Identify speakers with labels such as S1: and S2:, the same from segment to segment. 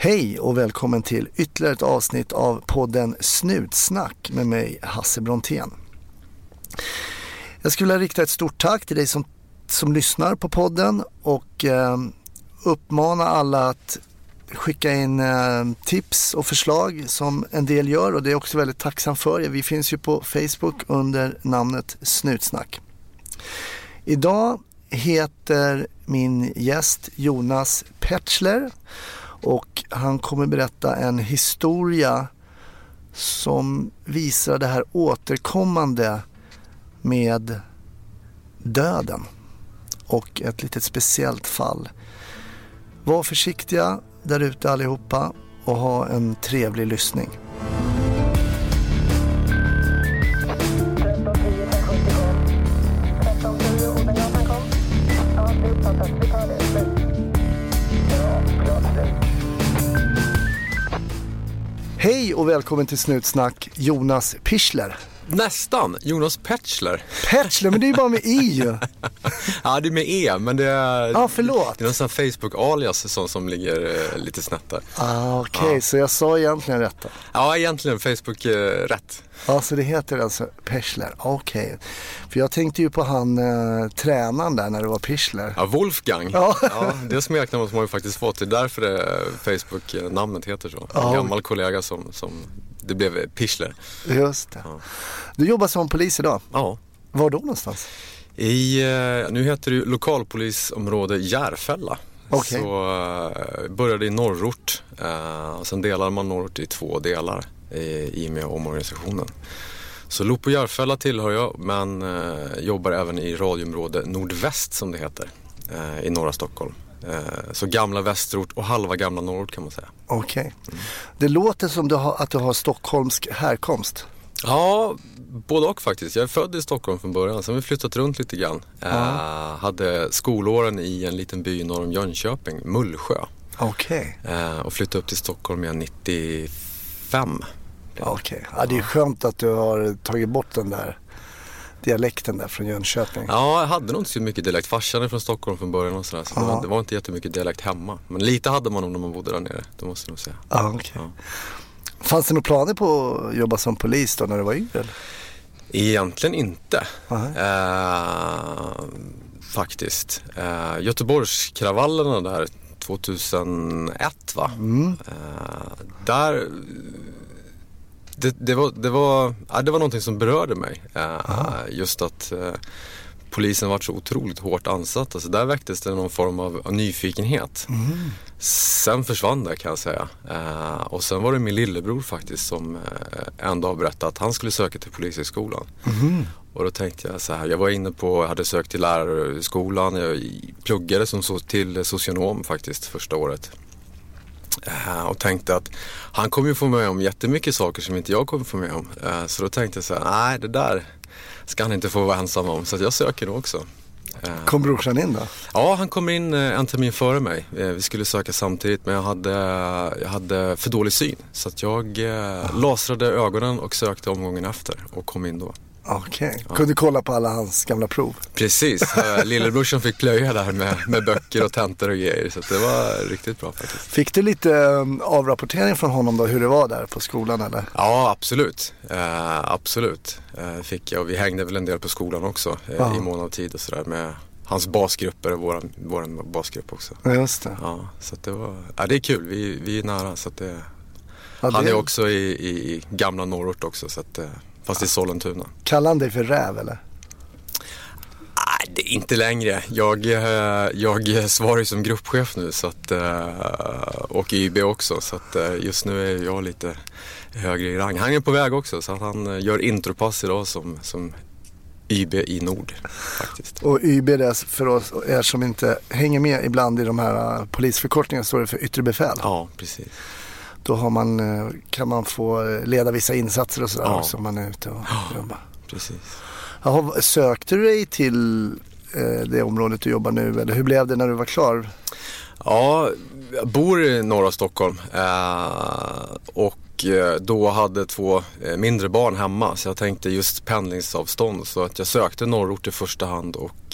S1: Hej och välkommen till ytterligare ett avsnitt av podden Snutsnack med mig, Hasse Brontén. Jag skulle vilja rikta ett stort tack till dig som lyssnar på podden och uppmana alla att skicka in tips och förslag som en del gör, och det är också väldigt tacksam för. Vi finns ju på Facebook under namnet Snutsnack. Idag heter min gäst Jonas Petschler och han kommer berätta en historia som visar det här återkommande med döden och ett litet speciellt fall. Var försiktiga där ute allihopa och ha en trevlig lyssning. Hej och välkommen till Snutsnack, Jonas Petschler.
S2: Nästan, Jonas Petschler.
S1: Petschler, men det är ju bara med i ju.
S2: Ja, det är med e, men det är...
S1: förlåt.
S2: Det är någon sån Facebook-alias som ligger lite snett där.
S1: Okej, så jag sa egentligen rätt då.
S2: Ja, egentligen Facebook rätt.
S1: Ja, så det heter alltså Petschler. Okej. För jag tänkte ju på han tränaren där när det var Petschler.
S2: Ja, Wolfgang.
S1: Ja,
S2: det smeknamnet har man ju faktiskt fått. Det är därför Facebook-namnet heter så. En gammal kollega som det blev Petschler.
S1: Just det. Ja. Du jobbar som polis idag?
S2: Ja.
S1: Var då någonstans?
S2: Nu heter det ju lokalpolisområde Järfälla.
S1: Okay.
S2: Så började i norrort. Och sen delar man norrort i 2 delar i med omorganisationen. Så Lopo Järfälla tillhör jag, men jobbar även i radioområde nordväst som det heter, i norra Stockholm. Så gamla västerort och halva gamla norrort kan man säga.
S1: Okej. Det låter som att du har stockholmsk härkomst.
S2: Ja, både och faktiskt. Jag är född i Stockholm från början, sen har vi flyttat runt lite grann. Hade skolåren i en liten by norr om Jönköping, Mullsjö.
S1: Okej.
S2: Och flyttade upp till Stockholm igen 95.
S1: Okej. Ja, det är skönt att du har tagit bort den där dialekten där från Jönköping.
S2: Ja, jag hade nog inte så mycket dialekt. Farsan är från Stockholm från början och sådär. Så det var inte jättemycket dialekt hemma. Men lite hade man nog när man bodde där nere, det måste jag nog säga.
S1: Okej. Ja. Fanns det några planer på att jobba som polis då när du var yngre?
S2: Egentligen inte. Faktiskt. Göteborgskravallerna där 2001 va? Där... Det var någonting som berörde mig. Just att polisen var så otroligt hårt ansatt. Alltså där väcktes det någon form av nyfikenhet. Sen försvann det kan jag säga. Och sen var det min lillebror faktiskt som en dag berättade att han skulle söka till polishögskolan. Och då tänkte jag så här, jag hade sökt till lärarskolan. Jag pluggade till socionom faktiskt första året. Och tänkte att han kommer ju få med om jättemycket saker som inte jag kommer få med om. Så då tänkte jag så här, nej det där ska han inte få vara ensam om. Så att jag söker nog också.
S1: Kom brorsan in då?
S2: Ja, han kom in en termin före mig. Vi skulle söka samtidigt, men jag hade för dålig syn. Så att jag lasrade ögonen och sökte omgången efter och kom in då.
S1: Okej. Kunde kolla på alla hans gamla prov?
S2: Precis. Lillebrorsan fick plöja där med böcker och tentor och grejer. Så det var riktigt bra faktiskt. Fick
S1: du lite avrapportering från honom då, hur det var där på skolan eller?
S2: Ja, absolut. Absolut fick jag. Och vi hängde väl en del på skolan också i mån av tid och sådär med hans basgrupper och vår basgrupp också.
S1: Just det.
S2: Ja, så att det är kul. Vi är nära så att det... Han är också i gamla norrort också så att... Fast i Sollentuna.
S1: Kallar han dig för räv eller?
S2: Nej, det är inte längre. Jag svarar ju som gruppchef nu så att, och YB också. Så att just nu är jag lite högre i rang. Han är på väg också så att han gör intropass idag som YB i Nord faktiskt.
S1: Och YB för oss er som inte hänger med ibland i de här polisförkortningarna står det för yttre befäl.
S2: Ja, precis.
S1: Då kan man få leda vissa insatser och sådär också om man är ute och jobbar.
S2: Precis.
S1: Jaha, sökte du dig till det området du jobbar nu eller hur blev det när du var klar?
S2: Ja, jag bor i norra Stockholm och då hade 2 mindre barn hemma så jag tänkte just pendlingsavstånd så att jag sökte norrort i första hand och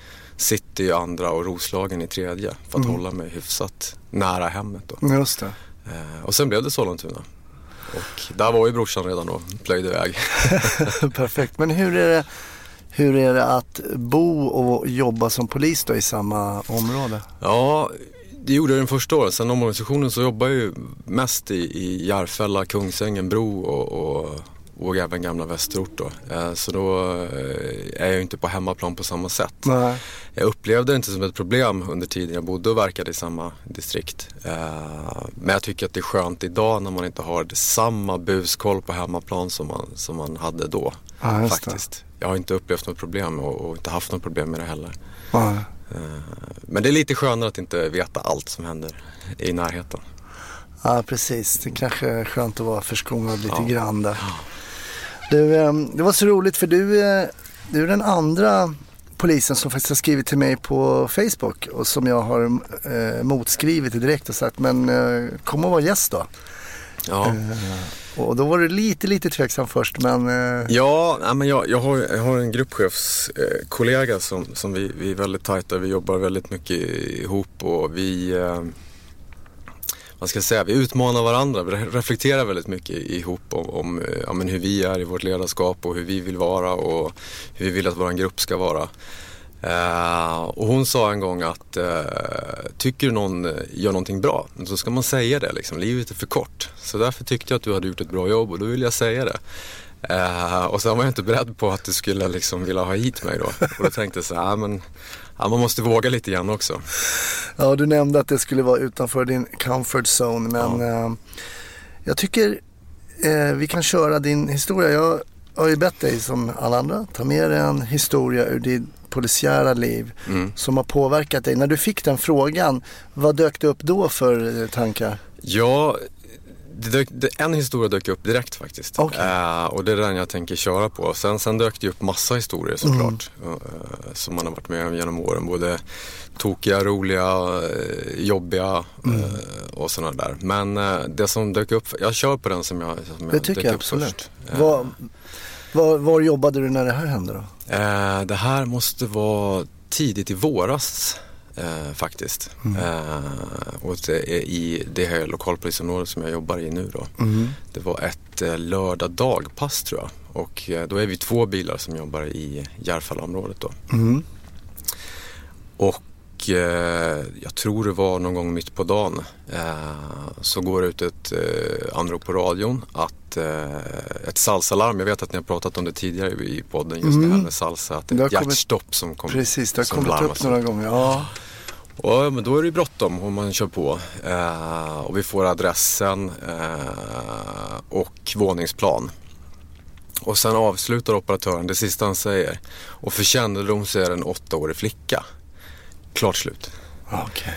S2: city i andra och Roslagen i tredje för att hålla mig hyfsat nära hemmet då.
S1: Just det.
S2: Och sen blev det Sollentuna. Och där var ju brorsan redan då, plöjde iväg.
S1: Perfekt. Men hur är det att bo och jobba som polis då i samma område?
S2: Ja, det gjorde jag den första åren. Sen omorganisationen så jobbar jag ju mest i Järfälla, Kungsängen, Bro och även gamla Västerort då. Så då är jag ju inte på hemmaplan på samma sätt.
S1: Nej.
S2: Jag upplevde det inte som ett problem under tiden jag bodde och verkade i samma distrikt. Men jag tycker att det är skönt idag när man inte har samma buskoll på hemmaplan som man hade då.
S1: Ja,
S2: faktiskt. Jag har inte upplevt något problem och inte haft något problem med det heller.
S1: Ja.
S2: Men det är lite skönare att inte veta allt som händer i närheten.
S1: Ja, precis. Det kanske är skönt att vara förskonad lite grann där.
S2: Ja.
S1: Du, det var så roligt för du är den andra polisen som faktiskt har skrivit till mig på Facebook och som jag har motskrivit direkt och sagt, men kom och var gäst då.
S2: Ja.
S1: Och då var du lite tveksam först, men...
S2: Ja, men jag har en gruppchefskollega som vi är väldigt tajta. Vi jobbar väldigt mycket ihop och vi utmanar varandra. Vi reflekterar väldigt mycket ihop om hur vi är i vårt ledarskap och hur vi vill vara och hur vi vill att vår grupp ska vara. Och hon sa en gång att tycker någon gör någonting bra, så ska man säga det liksom. Livet är för kort. Så därför tyckte jag att du hade gjort ett bra jobb och då vill jag säga det. Och sen var jag inte beredd på att du skulle liksom vilja ha hit mig då. Och då tänkte jag så här, men man måste våga lite grann också.
S1: Ja, du nämnde att det skulle vara utanför din comfort zone, men jag tycker vi kan köra din historia. Jag har ju bett dig som alla andra ta med en historia ur din polisiära liv som har påverkat dig. När du fick den frågan, vad dök det upp då för tankar?
S2: Ja, en historia dök upp direkt faktiskt.
S1: Okay.
S2: Och det är den jag tänker köra på. Sen dök det upp massa historier såklart. Som man har varit med om genom åren. Både tokiga, roliga, jobbiga och sådana där. Men det som dök upp, jag kör på den som jag
S1: det tycker jag absolut.
S2: Först.
S1: Var jobbade du när det här hände då?
S2: Det här måste vara tidigt i våras. Faktiskt. Och det är i det här lokalpolisområdet som jag jobbar i nu då. Det var ett lördag dagpass tror jag. Och då är vi 2 bilar som jobbar i Järfälla-området då. Och jag tror det var någon gång mitt på dagen så går det ut ett anrop på radion att ett salsalarm, jag vet att ni har pratat om det tidigare i podden, just det här med salsa, att det är ett hjärtstopp som kommer.
S1: Precis, det har kommit upp några gånger. Ja.
S2: Och, men då är det ju bråttom om man kör på och vi får adressen och våningsplan. Och sen avslutar operatören det sista han säger, och för kännedom så är det en 8-årig flicka. Klart slut.
S1: Okay.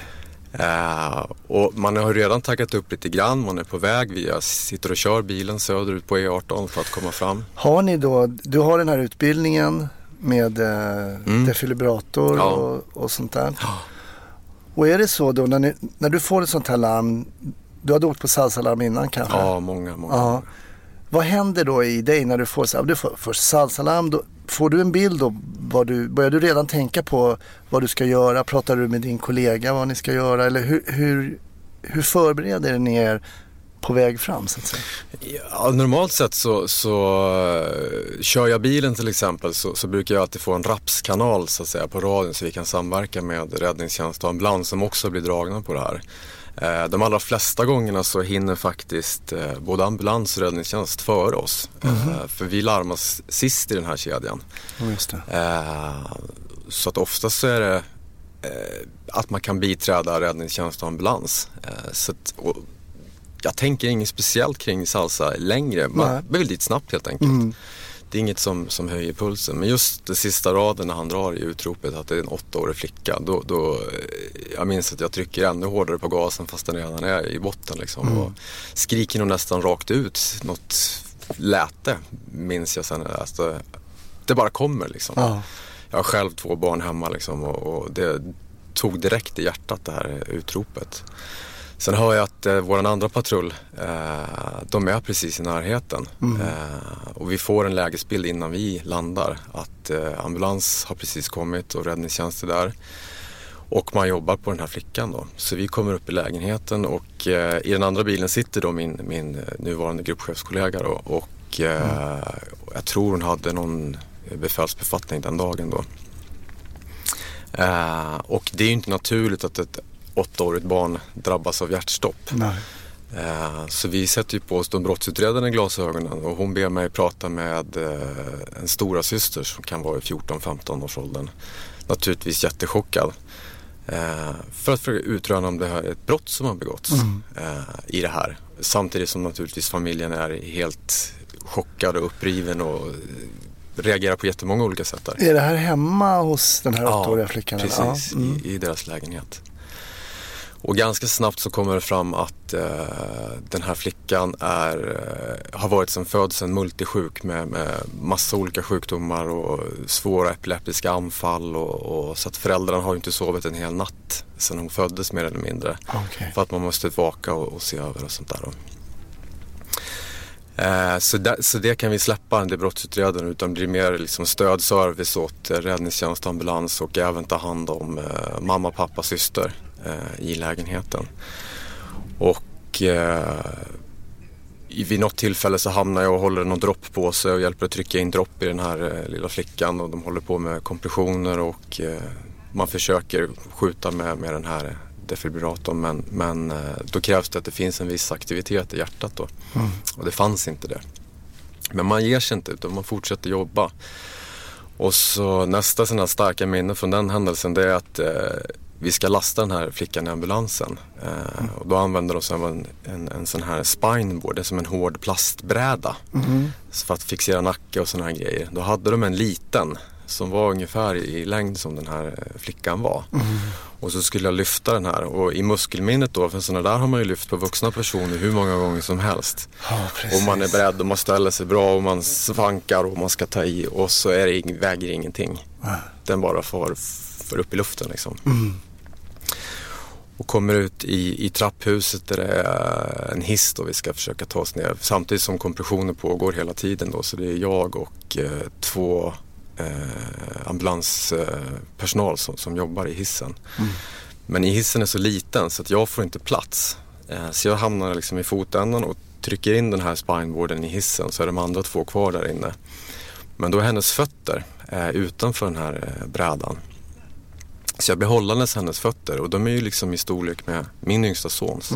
S2: Och man har redan taggat upp lite grann. Man är på väg. Vi sitter och kör bilen söderut på E18 för att komma fram.
S1: Har ni då, du har den här utbildningen med defibrillator och sånt där. Och är det så då när du får ett sånt här larm, du hade åkt på salsalarm innan kanske?
S2: Ja, många.
S1: Ja. Vad händer då i dig när du får först salsalarm? Då får du en bild då? Börjar du redan tänka på vad du ska göra? Pratar du med din kollega vad ni ska göra? Eller hur förbereder ni er på väg fram så att säga?
S2: Ja, normalt sett så kör jag bilen till exempel så brukar jag alltid få en rapskanal så att säga på radion så vi kan samverka med räddningstjänst och ambulans som också blir dragna på det här. De allra flesta gångerna så hinner faktiskt både ambulans och räddningstjänst före oss. För vi larmas sist i den här kedjan.
S1: Just det.
S2: Så att oftast så är det att man kan biträda räddningstjänst och ambulans. Så att, och jag tänker inget speciellt kring salsa längre. Man blir dit snabbt helt enkelt. Det är inget som höjer pulsen. Men just den sista raden när han drar i utropet att det är en 8-årig flicka. Då jag minns att jag trycker ännu hårdare på gasen fast den redan är i botten. Liksom, och skriker nog nästan rakt ut. Något läte minns jag sen. Alltså, det bara kommer liksom. Jag har själv 2 barn hemma liksom, och det tog direkt i hjärtat det här utropet. Sen hör jag att vår andra patrull, de är precis i närheten. Och vi får en lägesbild innan vi landar att ambulans har precis kommit och räddningstjänst är där. Och man jobbar på den här flickan då. Så vi kommer upp i lägenheten och i den andra bilen sitter då min nuvarande gruppchefskollega då, och jag tror hon hade någon befälsbefattning den dagen då. Och det är ju inte naturligt att ett 8-årigt barn drabbas av hjärtstopp.
S1: Nej.
S2: Så vi sätter ju på oss de brottsutredande glasögonen och hon ber mig prata med en stora syster som kan vara i 14-15 års åldern. Naturligtvis jättechockad. För att försöka utröna om det här är ett brott som har begåtts i det här. Samtidigt som naturligtvis familjen är helt chockad och uppriven och reagerar på jättemånga olika sätt där.
S1: Är det här hemma hos den här 8-åriga flickan?
S2: Precis, i deras lägenhet. Och ganska snabbt så kommer det fram att den här flickan har varit sedan födseln multisjuk med massa olika sjukdomar och svåra epileptiska anfall. Och så att föräldrarna har ju inte sovit en hel natt sedan hon föddes mer eller mindre.
S1: Okay.
S2: För att man måste vaka och se över och sånt där då. Så det kan vi släppa, det brottsutredaren, utan blir mer liksom stödservice åt räddningstjänst, ambulans och även ta hand om mamma, pappa, syster i lägenheten. Och vid något tillfälle så hamnar jag och håller någon dropp på sig och hjälper att trycka in dropp i den här lilla flickan och de håller på med kompressioner och man försöker skjuta med den här defibrillatorn, men då krävs det att det finns en viss aktivitet i hjärtat då. Och det fanns inte det. Men man ger sig inte utan man fortsätter jobba. Och så nästa sån här starka minne från den händelsen, det är att vi ska lasta den här flickan i ambulansen. Och då använder de sig en sån här spineboard, det är som en hård plastbräda. För att fixera nacke och såna här grejer. Då hade de en liten som var ungefär i längd som den här flickan var. Och så skulle jag lyfta den här. Och i muskelminnet då, för sådana där har man ju lyft på vuxna personer hur många gånger som helst. Och man är beredd och man ställer sig bra och man svankar och man ska ta i. Och så väger ingenting. Den bara får upp i luften liksom. Och kommer ut i trapphuset där det är en hiss då vi ska försöka ta oss ner. Samtidigt som kompressionen pågår hela tiden då. Så det är jag och 2 ambulanspersonal som jobbar i hissen. Men i hissen är så liten så att jag får inte plats. Så jag hamnar liksom i fotändan och trycker in den här spineboarden i hissen, så är de andra 2 kvar där inne. Men då är hennes fötter utanför den här brädan. Så jag blir hållandes hennes fötter och de är ju liksom i storlek med min yngsta sons.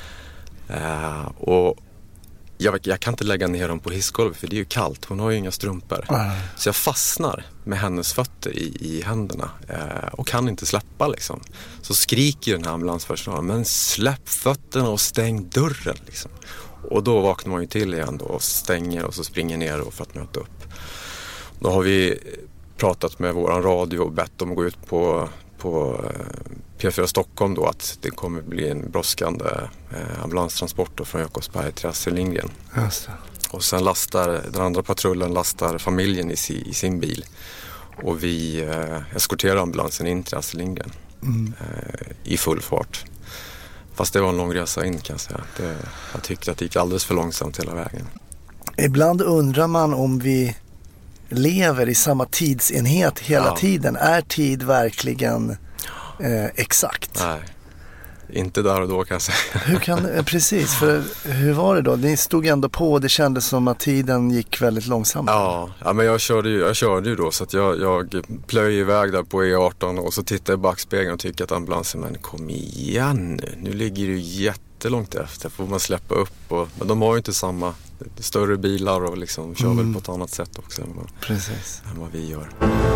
S2: Och jag kan inte lägga ner dem på hissgolvet för det är ju kallt. Hon har ju inga strumpor. Så jag fastnar med hennes fötter i händerna och kan inte släppa liksom. Så skriker den här ambulanspersonalen, men släpp fötterna och stäng dörren liksom. Och då vaknar man ju till igen då och stänger och så springer ner då för att möta upp. Då har vi pratat med våran radio och bett dem att gå ut på P4 Stockholm då att det kommer bli en brådskande ambulanstransport från Jakobsberg till Astrid Lindgren.
S1: Just det.
S2: Och sen den andra patrullen lastar familjen i sin bil. Och vi eskorterar ambulansen in till Astrid Lindgren i full fart. Fast det var en lång resa in kan jag säga. Jag tyckte att det gick alldeles för långsamt hela vägen.
S1: Ibland undrar man om vi lever i samma tidsenhet hela tiden. Är tid verkligen exakt?
S2: Nej, inte där och då kan jag säga.
S1: Precis, för hur var det då? Ni stod ändå på och det kändes som att tiden gick väldigt långsamt.
S2: Ja, men jag körde ju då så att jag plöj iväg där på E18 och så tittade jag i backspegeln och tyckte att ambulansen, men kom igen nu ligger du jättelångt efter, får man släppa upp. Men de har ju inte samma större bilar och liksom kör väl på ett annat sätt också än vad vi gör.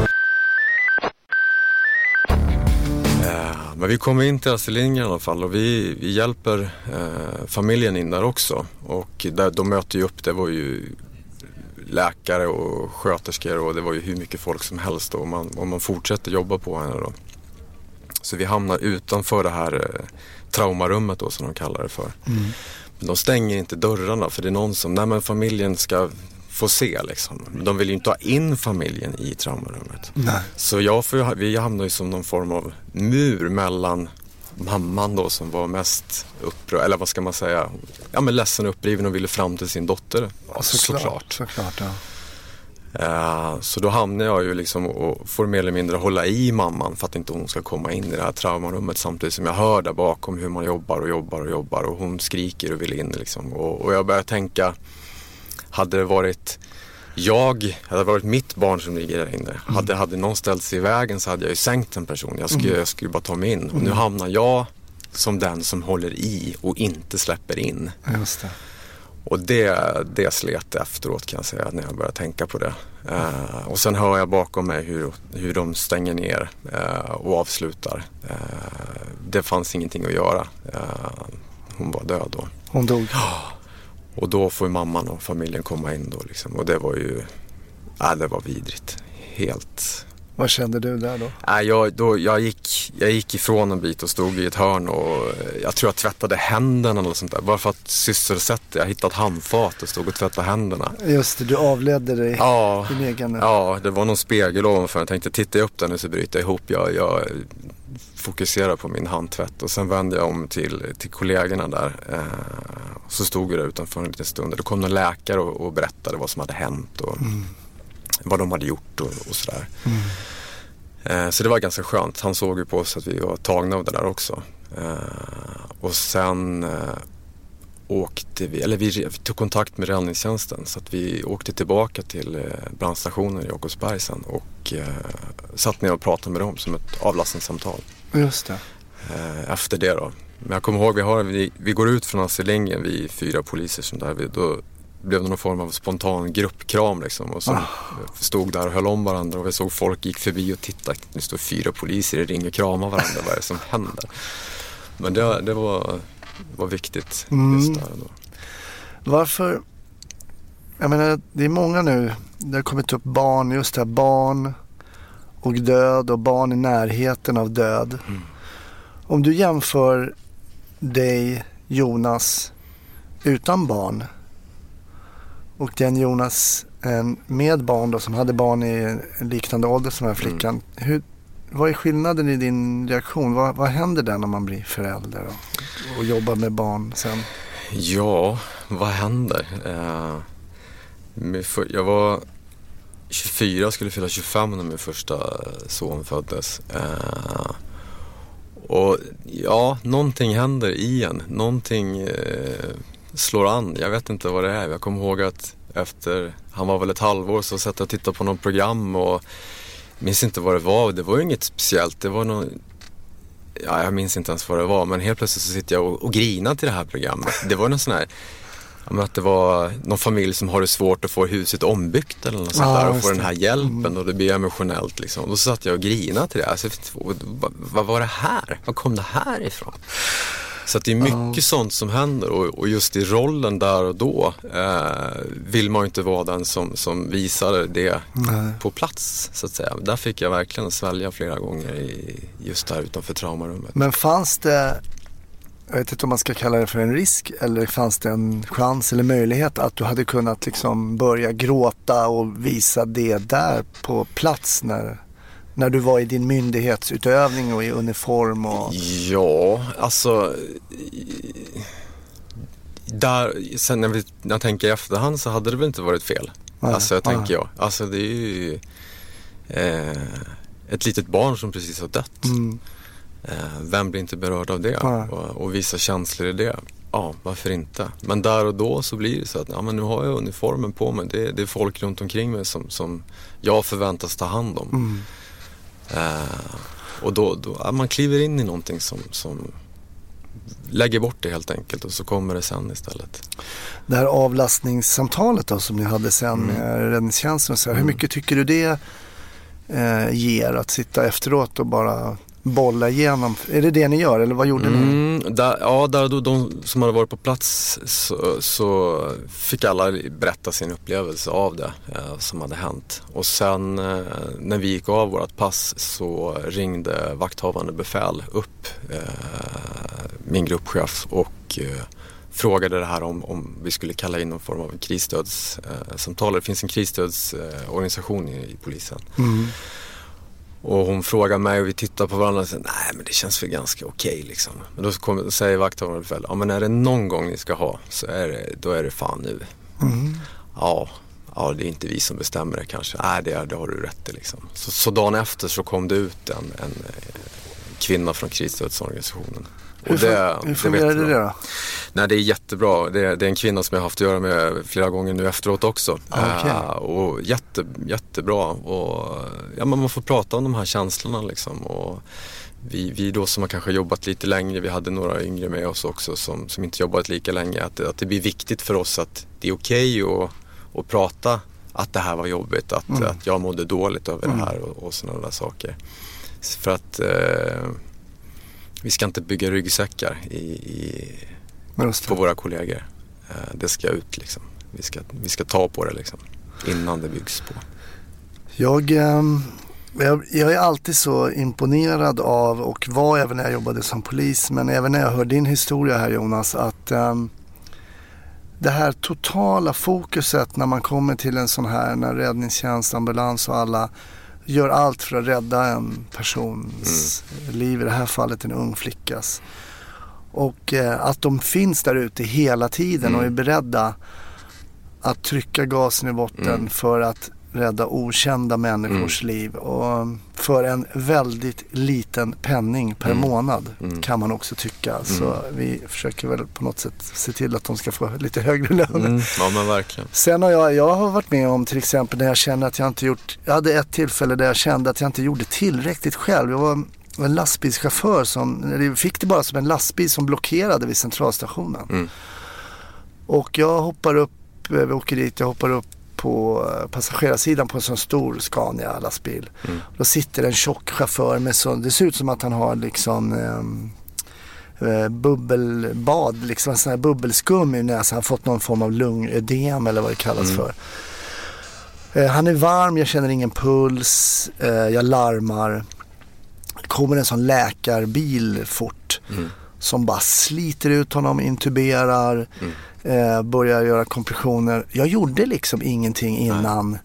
S2: Men vi kommer in till Astrid Lindgren i alla fall och vi hjälper familjen in där också. Och där, de möter ju upp, det var ju läkare och sköterskor och det var ju hur mycket folk som helst då, och man fortsätter jobba på henne då. Så vi hamnar utanför det här traumarummet då som de kallar det för. Men de stänger inte dörrarna för det är någon som, familjen ska få se liksom. De vill ju inte ha in familjen i traumarummet.
S1: Nej.
S2: Så vi hamnar ju som någon form av mur mellan mamman då som var mest upprörd, eller vad ska man säga, ledsen och uppriven och ville fram till sin dotter.
S1: Såklart, ja.
S2: Så då hamnar jag ju liksom och får mer eller mindre hålla i mamman för att inte hon ska komma in i det här traumarummet, samtidigt som jag hör där bakom hur man jobbar och hon skriker och vill in liksom. Och jag börjar tänka, hade det varit mitt barn som ligger där inne, hade någon ställt sig i vägen så hade jag ju sänkt en person. Jag skulle bara ta mig in. Och nu hamnar jag som den som håller i och inte släpper in.
S1: Just det.
S2: Och det slet efteråt, kan jag säga, när jag började tänka på det. Och sen hör jag bakom mig hur de stänger ner och avslutar. Det fanns ingenting att göra. Hon var död då.
S1: Hon dog?
S2: Och då får mamman och familjen komma in då liksom. Och det var ju, det var vidrigt. Helt.
S1: Vad kände du där
S2: då? Jag gick ifrån en bit och stod i ett hörn och jag tror jag tvättade händerna eller sånt där. Bara för att sysselsätta. Jag hittade ett handfat och stod och tvättade händerna.
S1: Just det, du avledde dig din egen.
S2: Ja, det var någon spegel ovanför. Jag tänkte, tittar jag upp den nu så bryter jag ihop. Jag fokuserar på min handtvätt och sen vände jag om till kollegorna där. Så stod jag där utanför en liten stund. Då kom någon läkare och berättade vad som hade hänt och vad de hade gjort och sådär. Så det var ganska skönt. Han såg ju på oss att vi var tagna av det där också. Och sen åkte vi tog kontakt med räddningstjänsten, så att vi åkte tillbaka till brandstationen i Jakobsberg sen och satt ner och pratade med dem som ett avlastningssamtal.
S1: Just det.
S2: Efter det då. Men jag kommer ihåg, vi går ut från Asselängen, vi 4 poliser som där, då blev det någon form av spontan gruppkram liksom, och så stod där och höll om varandra och vi såg folk gick förbi och tittade. Nu står 4 poliser i ring och kramar varandra, vad är det som händer? Men det var viktigt just där då.
S1: Varför? Jag menar, det är många nu, det har kommit upp barn, just det här, barn och död och barn i närheten av död. Om du jämför dig, Jonas, utan barn och den Jonas med barn då, som hade barn i en liknande ålder som den här flickan. Vad är skillnaden i din reaktion? Vad händer där när man blir förälder och jobbar med barn sen?
S2: Ja, vad händer? Jag var 24, skulle fylla 25 när min första son föddes. Och ja, någonting händer i en. Någonting slår an. Jag vet inte vad det är. Jag kommer ihåg att han var väl ett halvår, så satt jag och tittade på något program och minns inte vad det var. Det var ju inget speciellt. Det var någon... Ja, jag minns inte ens vad det var. Men helt plötsligt så sitter jag och grinar till det här programmet. Det var någon sån här... att det var någon familj som har det svårt att få huset ombyggt eller något sånt där, och få den här hjälpen, och det blir emotionellt liksom. Då satt jag och grinade till det. Alltså, vad var det här? Var kom det här ifrån? Så att det är mycket sånt som händer, och just i rollen där och då vill man ju inte vara den som visar det på plats, så att säga. Där fick jag verkligen svälja flera gånger just där utanför traumarummet.
S1: Men fanns det, jag vet inte om man ska kalla det för en risk, eller fanns det en chans eller möjlighet att du hade kunnat liksom börja gråta och visa det där på plats när du var i din myndighetsutövning och i uniform?
S2: Ja, alltså där, sen när jag tänker i efterhand så hade det väl inte varit fel. Alltså tänker jag. Alltså det är ju ett litet barn som precis har dött. Vem blir inte berörd av det? Och visa känslor i det. Ja, varför inte? Men där och då så blir det så att men nu har jag uniformen på mig. Det är folk runt omkring mig som jag förväntas ta hand om. Och då man kliver in i någonting som lägger bort det helt enkelt, och så kommer det sen istället.
S1: Det här avlastningssamtalet då, som ni hade sen med räddningstjänsten och så här, hur mycket tycker du det ger att sitta efteråt och bara bolla igenom? Är det ni gör, eller vad gjorde ni?
S2: Där då, de som hade varit på plats så fick alla berätta sin upplevelse av det som hade hänt. Och sen när vi gick av vårt pass så ringde vakthavande befäl upp min gruppchef och frågade det här om vi skulle kalla in någon form av krisstödssamtal. Det finns en krisstödsorganisation i polisen. Och hon frågar mig och vi tittar på varandra och säger, nej men det känns väl ganska okej liksom. Men då säger vakthavande befäl, men är det någon gång ni ska ha så då är det fan nu. Ja, ja, det är inte vi som bestämmer det kanske. Nej, det har du rätt i liksom. Så dagen efter så kom det ut en kvinna från krisstödsorganisationen.
S1: Hur fungerade det då?
S2: Nej, det är jättebra. Det är en kvinna som jag har haft att göra med flera gånger nu efteråt också. Och jättebra. Och ja, man får prata om de här känslorna liksom. Och vi då som har kanske jobbat lite längre, vi hade några yngre med oss också som inte jobbat lika länge, att det blir viktigt för oss att det är okej att prata att det här var jobbigt, att jag mådde dåligt över det här och sådana där saker. För att vi ska inte bygga ryggsäckar på våra kollegor. Det ska ut liksom. Vi ska ta på det liksom innan det byggs på.
S1: Jag är alltid så imponerad av, och var även när jag jobbade som polis, men även när jag hör din historia här, Jonas, att det här totala fokuset när man kommer till en sån här, när räddningstjänst, ambulans och alla gör allt för att rädda en persons liv, i det här fallet en ung flickas. Och att de finns där ute hela tiden och är beredda att trycka gasen i botten för att rädda okända människors liv, och för en väldigt liten penning per månad kan man också tycka. Så vi försöker väl på något sätt se till att de ska få lite högre löner.
S2: Ja, men verkligen.
S1: Sen har jag har varit med om till exempel när jag kände att jag hade ett tillfälle där jag kände att jag inte gjorde tillräckligt själv. Jag var en lastbilschaufför som fick det bara som en lastbil som blockerade vid centralstationen. Och jag hoppar upp på passagerarsidan på en sån stor Scania lastbil. Då sitter en tjock chaufför med det ser ut som att han har liksom bubbelbad, liksom en sån här bubbelskum i näsan. Han har fått någon form av lungödem eller vad det kallas för. Han är varm, jag känner ingen puls, jag larmar. Kommer en sån läkarbil fort som bara sliter ut honom, intuberar, börjar göra kompressioner. Jag gjorde liksom ingenting innan.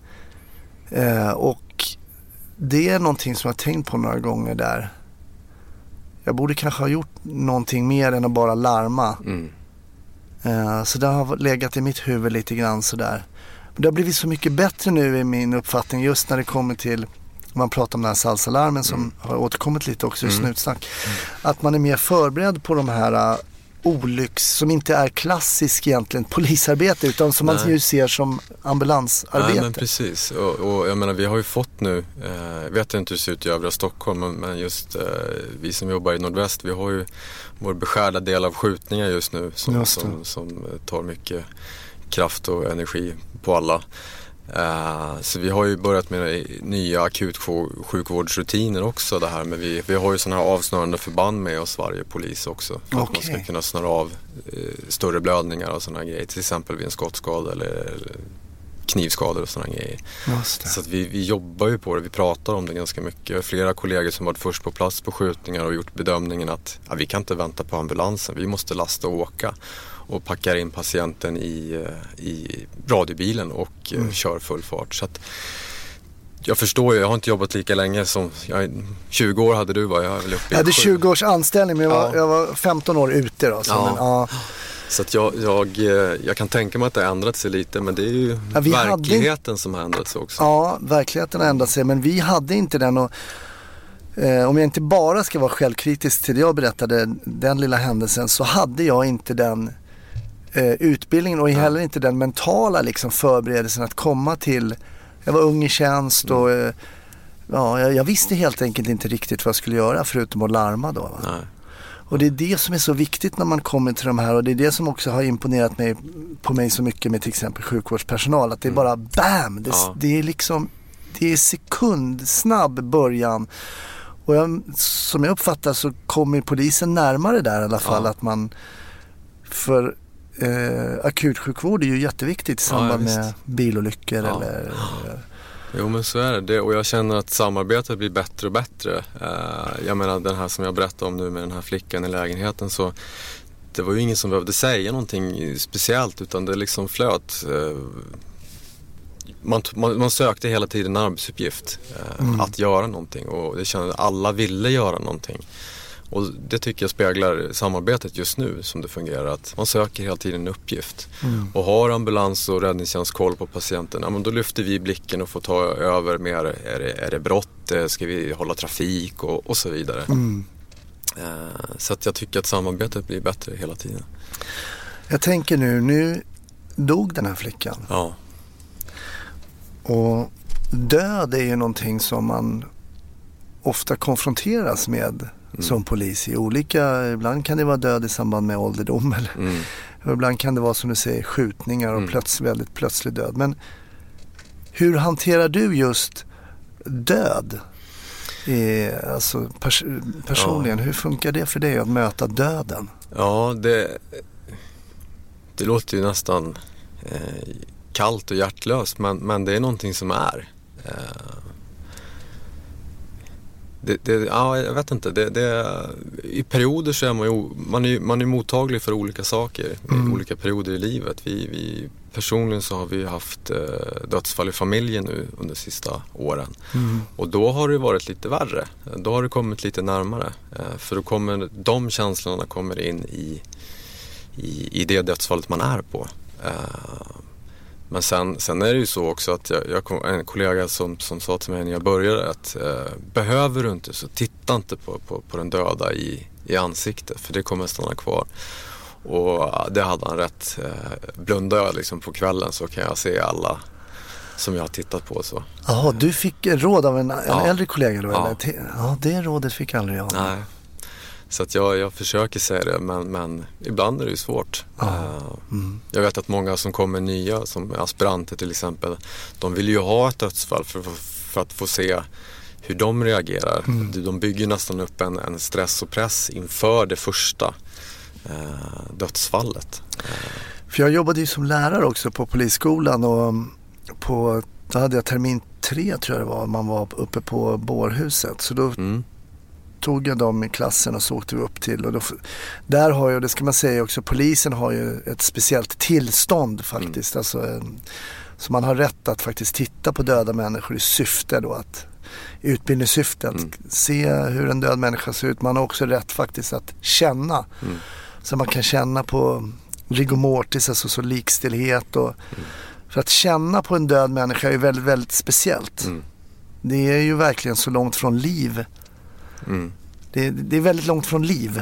S1: Och det är någonting som jag har tänkt på några gånger där. Jag borde kanske ha gjort någonting mer än att bara larma. Så det har legat i mitt huvud lite grann sådär. Men det har blivit så mycket bättre nu i min uppfattning, just när det kommer till, man pratar om den här salsalarmen som har återkommit lite också i snutsnack. Att man är mer förberedd på de här som inte är klassisk egentligen polisarbete, utan som man ju ser som ambulansarbete.
S2: Nej, men precis. Och jag menar, vi har ju fått nu, vet inte hur det ser ut i övriga Stockholm, men just vi som jobbar i nordväst, vi har ju vår beskärda del av skjutningar just nu som tar mycket kraft och energi på alla. Så vi har ju börjat med nya akutsjukvårdsrutiner också, det här med vi har ju sådana här avsnörande förband med oss, varje polis också, för att man ska kunna snöra av större blödningar och sådana grejer, till exempel vid en skottskada eller knivskador och sådana grejer. Så att vi jobbar ju på det, vi pratar om det ganska mycket. Jag har flera kollegor som varit först på plats på skjutningar och gjort bedömningen att vi kan inte vänta på ambulansen, vi måste lasta och åka, och packar in patienten i radiobilen och kör full fart. Så att jag förstår ju, jag har inte jobbat lika länge som 20 år hade du, var jag väl uppe i. Jag hade
S1: 20 års anställning, men jag var 15 år ute då.
S2: Så att jag kan tänka mig att det har ändrat sig lite, men det är ju verkligheten som har ändrat sig också. Ja,
S1: verkligheten har ändrat sig, men vi hade inte den. Och om jag inte bara ska vara självkritisk till det jag berättade, den lilla händelsen, så hade jag inte den utbildningen och heller inte den mentala liksom förberedelsen att komma till. Jag var ung i tjänst och jag visste helt enkelt inte riktigt vad jag skulle göra förutom att larma då. Va? Nej. Och det är det som är så viktigt när man kommer till de här, och det är det som också har imponerat på mig så mycket med till exempel sjukvårdspersonal, att det är bara bam, det är liksom, det är sekundsnabb början. Och som jag uppfattar så kommer polisen närmare där i alla fall, att man för akutsjukvård är ju jätteviktigt i samband med bilolyckor eller...
S2: Jo, men så är det. Och jag känner att samarbetet blir bättre och bättre. Jag menar, den här som jag berättade om nu med den här flickan i lägenheten, så det var ju ingen som behövde säga någonting speciellt, utan det liksom flöt. Man sökte hela tiden en arbetsuppgift att göra någonting, och det kändes att alla ville göra någonting. Och det tycker jag speglar samarbetet just nu som det fungerar. Att man söker hela tiden en uppgift. Och har ambulans och räddningstjänst koll på patienten, ja, men då lyfter vi blicken och får ta över mer. Är det brott? Ska vi hålla trafik? Och så vidare. Så att jag tycker att samarbetet blir bättre hela tiden.
S1: Jag tänker nu dog den här flickan.
S2: Ja.
S1: Och död är ju någonting som man ofta konfronteras med som polis i olika, ibland kan det vara död i samband med ålderdom eller ibland kan det vara som du säger skjutningar och väldigt plötslig död. Men hur hanterar du just död? Alltså personligen, hur funkar det för dig att möta döden?
S2: Ja, det låter ju nästan kallt och hjärtlöst, men det är någonting som är. Jag vet inte. I perioder så är man är mottaglig för olika saker i olika perioder i livet. Vi personligen så har vi haft dödsfall i familjen nu under de sista åren. Och då har det varit lite värre. Då har det kommit lite närmare. För då kommer de känslorna kommer in i det dödsfallet man är på. Men sen är det ju så också att en kollega som sa till mig när jag började att behöver du inte så titta inte på den döda i ansiktet, för det kommer stanna kvar. Och det hade han rätt. Blundar jag liksom på kvällen så kan jag se alla som jag har tittat på. Så.
S1: Jaha, du fick råd av en äldre kollega då? Ja. Ja, det rådet fick aldrig jag.
S2: Nej. Så att jag försöker säga det, men ibland är det ju svårt. Jag vet att många som kommer nya, som aspiranter till exempel, de vill ju ha ett dödsfall för att få se hur de reagerar. De bygger nästan upp en stress och press inför det första dödsfallet.
S1: För jag jobbade ju som lärare också på polisskolan och då hade jag termin 3 tror jag det var, man var uppe på bårhuset. Så då tog jag dem i klassen och så åkte vi upp till. Och där har ju, det ska man säga också, polisen har ju ett speciellt tillstånd faktiskt. Alltså, så man har rätt att faktiskt titta på döda människor i syfte då att utbildningssyfte att se hur en död människa ser ut. Man har också rätt faktiskt att känna. Så man kan känna på rigor mortis, alltså så likstillhet och för att känna på en död människa är ju väldigt, väldigt speciellt. Det är ju verkligen så långt från liv. Det är väldigt långt från liv.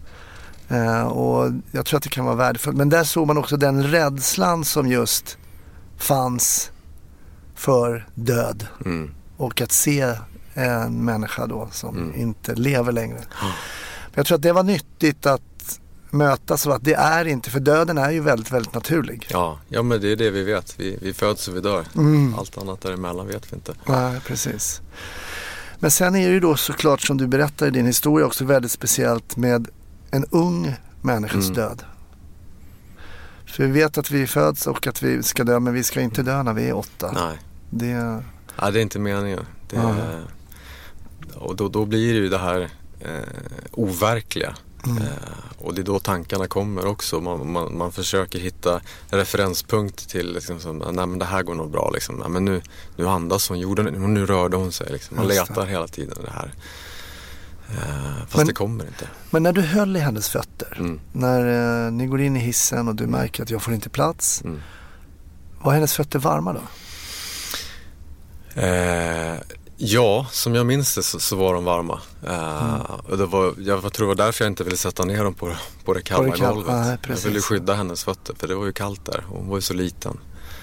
S1: Och jag tror att det kan vara värdefullt. Men där såg man också den rädslan som just fanns för död. Och att se en människa då som inte lever längre. Men jag tror att det var nyttigt att mötas och att det är inte, för döden är ju väldigt, väldigt naturlig.
S2: Ja men det är det vi vet. Vi föds och vi dör. Allt annat däremellan vet vi inte.
S1: Nej, precis. Men sen är det ju då såklart, som du berättar i din historia, också väldigt speciellt med en ung människas död. För vi vet att vi föds och att vi ska dö, men vi ska inte dö när vi är 8.
S2: Nej.
S1: Det
S2: är inte meningen. Och då blir det ju det här overkliga. Och det är då tankarna kommer också. Man försöker hitta referenspunkt till liksom, som, nej men det här går nog bra liksom. Nej, men nu andas hon, nu rörde hon sig liksom. Man letar hela tiden det här. Fast det kommer inte.
S1: Men när du höll i hennes fötter, när ni går in i hissen och du märker att jag får inte plats, var hennes fötter varma då?
S2: Ja, som jag minns det så var de varma. Och jag tror det var därför jag inte ville sätta ner dem på det kalla golvet. Jag ville skydda hennes fötter, för det var ju kallt där. Hon var ju så liten.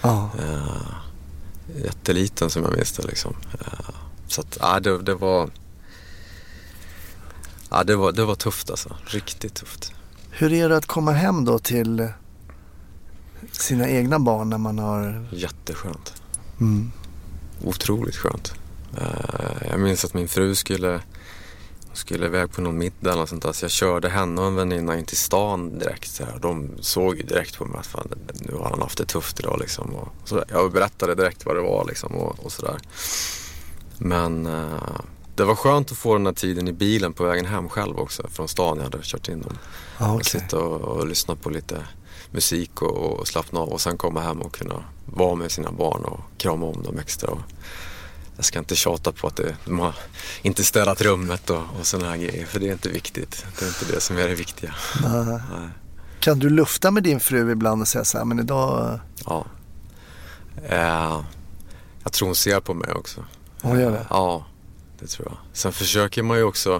S2: Jätteliten som jag minns det liksom. Så att det var tufft alltså. Riktigt tufft.
S1: Hur är det att komma hem då till sina egna barn när man har...
S2: Jätteskönt. Otroligt skönt. Jag minns att min fru skulle iväg på någon middag eller sånt där, så jag körde henne och en väninna in till stan direkt så här. De såg ju direkt på mig att fan, nu har han haft det tufft idag liksom, och så jag berättade direkt vad det var liksom, och sådär. Men det var skönt att få den här tiden i bilen på vägen hem själv också från stan. Jag hade kört in dem. Och sitta och lyssna på lite musik och slappna av och sen komma hem och kunna vara med sina barn och krama om dem extra och jag ska inte tjata på att de har inte städat rummet och såna här grejer, för det är inte viktigt. Det är inte det som är det viktiga.
S1: Nej. Kan du lufta med din fru ibland och säga så här, men idag...
S2: Ja. Jag tror hon ser på mig också.
S1: Hon gör det?
S2: Ja, det tror jag. Sen försöker man ju också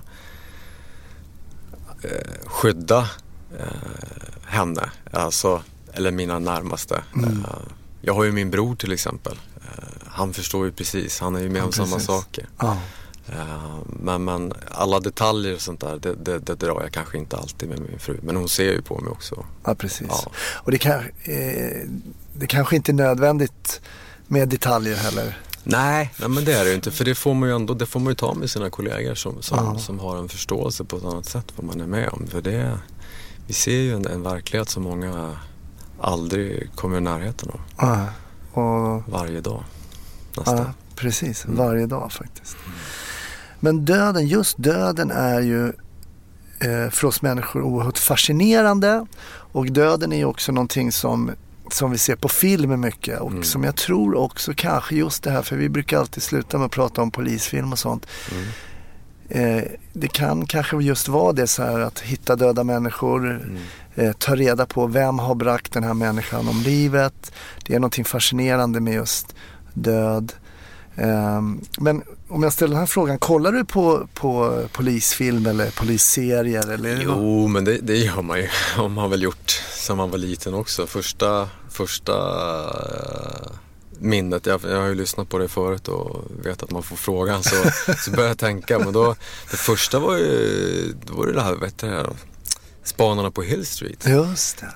S2: skydda henne, alltså, eller mina närmaste. Jag har ju min bror till exempel. Han förstår ju precis, han är ju med om samma saker.
S1: Ja.
S2: Men alla detaljer och sånt där, det drar jag kanske inte alltid med min fru. Men hon ser ju på mig också.
S1: Ja, precis.
S2: Ja.
S1: Och det kanske inte är nödvändigt med detaljer heller.
S2: Nej, men det är det ju inte. För det får man ju ändå, det får man ju ta med sina kollegor som har en förståelse på ett annat sätt vad man är med om. För vi ser ju en verklighet som många aldrig kommer i närheten av.
S1: Ja. Och...
S2: Varje dag. Nästan.
S1: Ja, precis. Varje dag faktiskt. Men döden är ju för oss människor oerhört fascinerande. Och döden är ju också någonting som vi ser på film mycket. Och som jag tror också kanske just det här, för vi brukar alltid sluta med att prata om polisfilm och sånt. Det kan kanske just vara det så här att hitta döda människor, ta reda på vem har bragt den här människan om livet. Det är någonting fascinerande med just död. Men om jag ställer den här frågan, kollar du på polisfilm eller polisserier? Eller
S2: jo, men det gör man ju. Har man väl gjort som man var liten också. Första minnet, jag har ju lyssnat på det förut och vet att man får frågan, så börjar jag tänka. Men då, det första var ju det här, vet du det, Spanarna på Hill Street.
S1: Just det.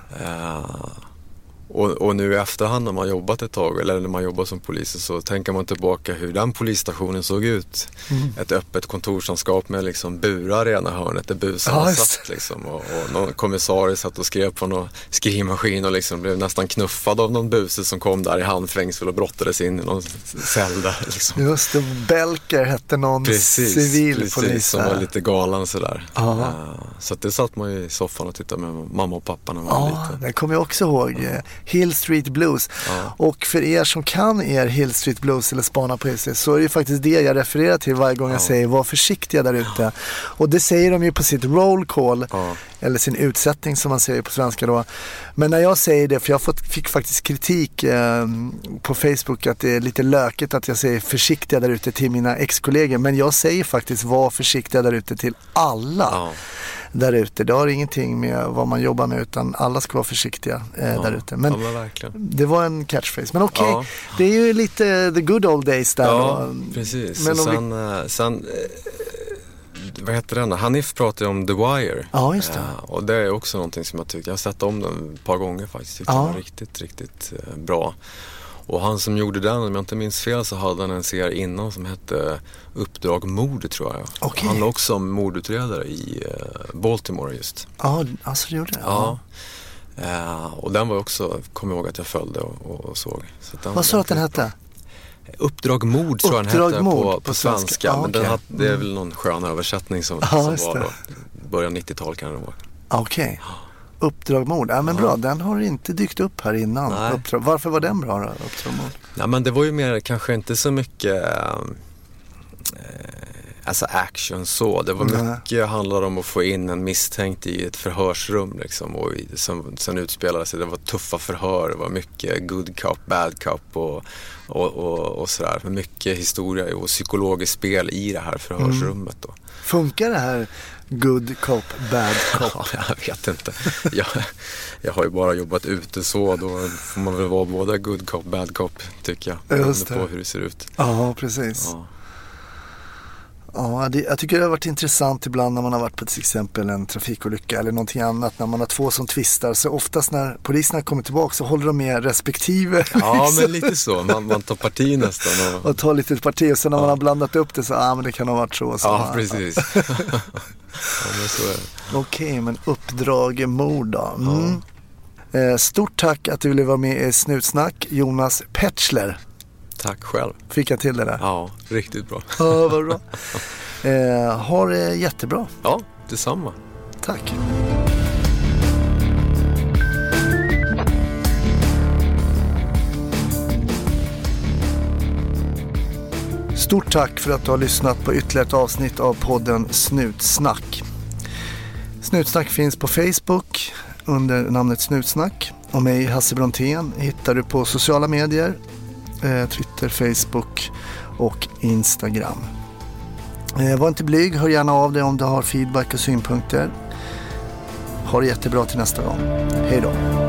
S2: Och nu i efterhand när man jobbat ett tag, eller när man jobbar som polis, så tänker man tillbaka hur den polisstationen såg ut. Ett öppet kontorslandskap med liksom burar i ena hörnet där busarna satt liksom, och någon kommissarie satt och skrev på någon skrivmaskin och liksom blev nästan knuffad av någon buse som kom där i handfängsel och brottades in i någon cell där liksom.
S1: Just det, Belker hette någon civil polis
S2: som var lite galen sådär. Så att det satt man ju i soffan och tittade med mamma och pappa när man var liten.
S1: Det kommer jag också ihåg. Hill Street Blues. Och för er som kan Hill Street Blues eller Spana på Hill Street, så är det ju faktiskt det jag refererar till varje gång jag säger var försiktiga där ute. Och det säger de ju på sitt roll call eller sin utsättning som man säger på svenska då. Men när jag säger det, för jag fick faktiskt kritik på Facebook att det är lite lökigt att jag säger försiktiga där ute till mina ex-kollegor, men jag säger faktiskt var försiktiga där ute till alla. Där ute. Det har ingenting med vad man jobbar med, utan alla ska vara försiktiga där ute. Men det var en catchphrase. Men okej, det är ju lite the good old days där.
S2: Ja, precis. Men sen vad heter den? Hanif pratade om The Wire.
S1: Ja, just det.
S2: Och det är också någonting som jag tyckte. Jag har sett om den ett par gånger faktiskt. Tyckte det var riktigt, riktigt bra. Och han som gjorde den, om jag inte minns fel, så hade han en serie innan som hette Uppdrag mord, tror jag. Okay. Han var också mordutredare i Baltimore just.
S1: Ja, alltså det gjorde det.
S2: Ja. Och den var också, kommer jag ihåg att jag följde och såg. Så
S1: vad sa du att den hette?
S2: Uppdrag mord tror jag den hette på svenska. Men
S1: okay.
S2: Det är väl någon skön översättning som var då. Början 90-tal kan det vara.
S1: Okej. Uppdrag mord. Ja, men bra, den har inte dykt upp här innan. Varför var den bra då, Uppdrag mord?
S2: Nej, men det var ju mer, kanske inte så mycket alltså action så. Det var mycket handlade om att få in en misstänkt i ett förhörsrum liksom, och sen utspelade sig, det var tuffa förhör, det var mycket good cop, bad cop och sådär. Mycket historia och psykologiskt spel i det här förhörsrummet då.
S1: Funkar det här good cop, bad cop?
S2: Ja, jag vet inte. Jag har ju bara jobbat ute så, då får man väl vara både good cop, bad cop, tycker jag. Just det. På hur det ser ut.
S1: Ja, precis. Ja, jag tycker det har varit intressant ibland när man har varit på till exempel en trafikolycka eller någonting annat, när man har två som tvistar, så oftast när poliserna kommer tillbaka så håller de med respektive.
S2: Ja, men lite så. Man tar parti nästan.
S1: Och tar lite parti, och sen när man har blandat upp det så, men det kan ha varit så.
S2: Ja, precis. Ja, men så är det.
S1: Okej, men uppdrag mord då. Stort tack att du ville vara med i Snutsnack, Jonas Petschler.
S2: Tack själv.
S1: Fick jag till det där?
S2: Ja, riktigt bra.
S1: Ja, vad bra. Ha det jättebra.
S2: Ja, detsamma.
S1: Tack. Stort tack för att du har lyssnat på ytterligare ett avsnitt av podden Snutsnack. Snutsnack finns på Facebook under namnet Snutsnack. Och mig, Hasse Brontén, hittar du på sociala medier. Twitter, Facebook och Instagram. Var inte blyg, hör gärna av dig om du har feedback och synpunkter. Ha det jättebra till nästa gång. Hej då!